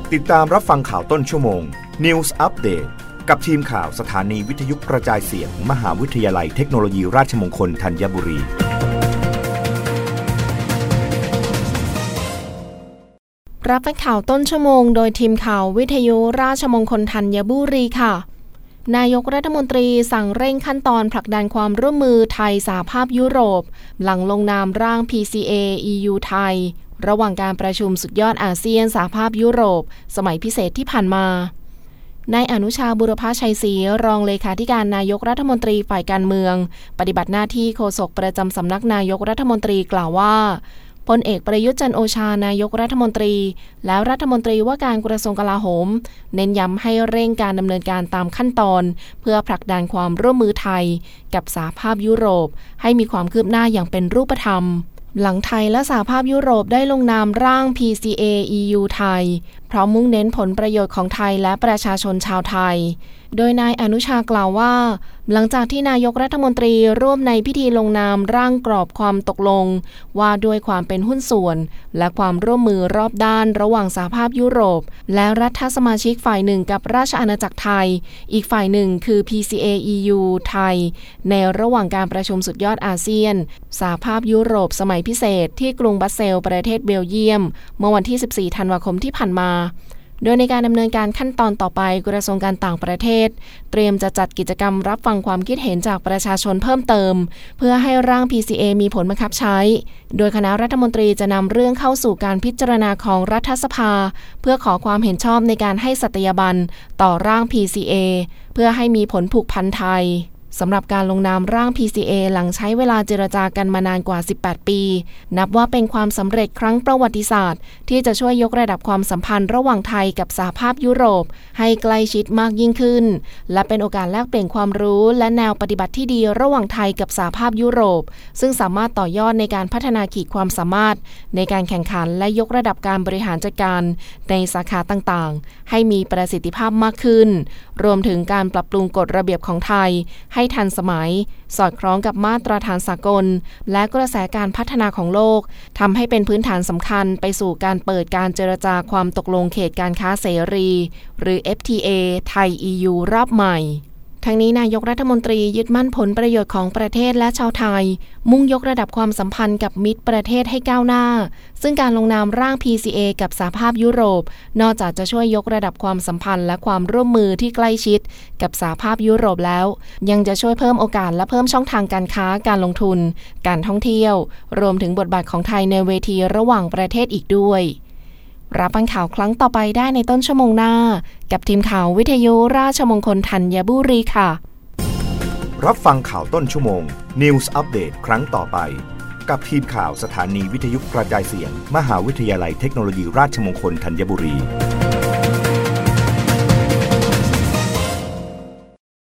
ติดตามรับฟังข่าวต้นชั่วโมง News Update กับทีมข่าวสถานีวิทยุกระจายเสียง มหาวิทยาลัยเทคโนโลยีราชมงคลธัญบุรีรับฟังข่าวต้นชั่วโมงโดยทีมข่าววิทยุราชมงคลธัญบุรีค่ะนายกรัฐมนตรีสั่งเร่งขั้นตอนผลักดันความร่วมมือไทยสหภาพยุโรปหลังลงนามร่าง PCA EU ไทยระหว่างการประชุมสุดยอดอาเซียนสหภาพยุโรปสมัยพิเศษที่ผ่านมานายอนุชาบุรพชัยศรีรองเลขาธิการนายกรัฐมนตรีฝ่ายการเมืองปฏิบัติหน้าที่โฆษกประจำสำนักนายกรัฐมนตรีกล่าวว่าพลเอกประยุทธ์จันทร์โอชานายกรัฐมนตรีและรัฐมนตรีว่าการกระทรวงกลาโหมเน้นย้ำให้เร่งการดำเนินการตามขั้นตอนเพื่อผลักดันความร่วมมือไทยกับสหภาพยุโรปให้มีความคืบหน้าอย่างเป็นรูปธรรมหลังไทยและสหภาพยุโรปได้ลงนามร่าง PCA EU ไทยพร้อมมุ่งเน้นผลประโยชน์ของไทยและประชาชนชาวไทยโดยนายอนุชากล่าวว่าหลังจากที่นายกรัฐมนตรีร่วมในพิธีลงนามร่างกรอบความตกลงว่าด้วยความเป็นหุ้นส่วนและความร่วมมือรอบด้านระหว่างสหภาพยุโรปและรัฐสมาชิกฝ่ายหนึ่งกับราชอาณาจักรไทยอีกฝ่ายหนึ่งคือ PCA EU ไทยในระหว่างการประชุมสุดยอดอาเซียนสหภาพยุโรปสมัยพิเศษที่กรุงบรัสเซลส์ประเทศเบลเยียมเมื่อวันที่14ธันวาคมที่ผ่านมาโดยในการดำเนินการขั้นตอนต่อไปกระทรวงการต่างประเทศเตรียมจะจัดกิจกรรมรับฟังความคิดเห็นจากประชาชนเพิ่มเติมเพื่อให้ร่าง PCA มีผลบังคับใช้โดยคณะรัฐมนตรีจะนำเรื่องเข้าสู่การพิจารณาของรัฐสภาเพื่อขอความเห็นชอบในการให้สัตยาบันต่อร่าง PCA เพื่อให้มีผลผูกพันไทยสำหรับการลงนามร่าง PCA หลังใช้เวลาเจรจากันมานานกว่า18ปีนับว่าเป็นความสำเร็จครั้งประวัติศาสตร์ที่จะช่วยยกระดับความสัมพันธ์ระหว่างไทยกับสหภาพยุโรปให้ใกล้ชิดมากยิ่งขึ้นและเป็นโอกาสแลกเปลี่ยนความรู้และแนวปฏิบัติที่ดีระหว่างไทยกับสหภาพยุโรปซึ่งสามารถต่อยอดในการพัฒนาขีดความสามารถในการแข่งขันและยกระดับการบริหารจัดการในสาขาต่างๆให้มีประสิทธิภาพมากขึ้นรวมถึงการปรับปรุงกฎระเบียบของไทยให้ทันสมัยสอดคล้องกับมาตรฐานสากลและกระแสการพัฒนาของโลกทำให้เป็นพื้นฐานสำคัญไปสู่การเปิดการเจรจาความตกลงเขตการค้าเสรีหรือ FTA ไทย EU รอบใหม่ทั้งนี้นายกรัฐมนตรียึดมั่นผลประโยชน์ของประเทศและชาวไทยมุ่งยกระดับความสัมพันธ์กับมิตรประเทศให้ก้าวหน้าซึ่งการลงนามร่าง PCA กับสหภาพยุโรปนอกจากจะช่วยยกระดับความสัมพันธ์และความร่วมมือที่ใกล้ชิดกับสหภาพยุโรปแล้วยังจะช่วยเพิ่มโอกาสและเพิ่มช่องทางการค้าการลงทุนการท่องเที่ยวรวมถึงบทบาทของไทยในเวทีระหว่างประเทศอีกด้วยรับฟังข่าวครั้งต่อไปได้ในต้นชั่วโมงหน้ากับทีมข่าววิทยุราชมงคลธัญบุรีค่ะรับฟังข่าวต้นชั่วโมง News Update ครั้งต่อไปกับทีมข่าวสถานีวิทยุกระจายเสียงมหาวิทยาลัยเทคโนโลยีราชมงคลธัญบุรี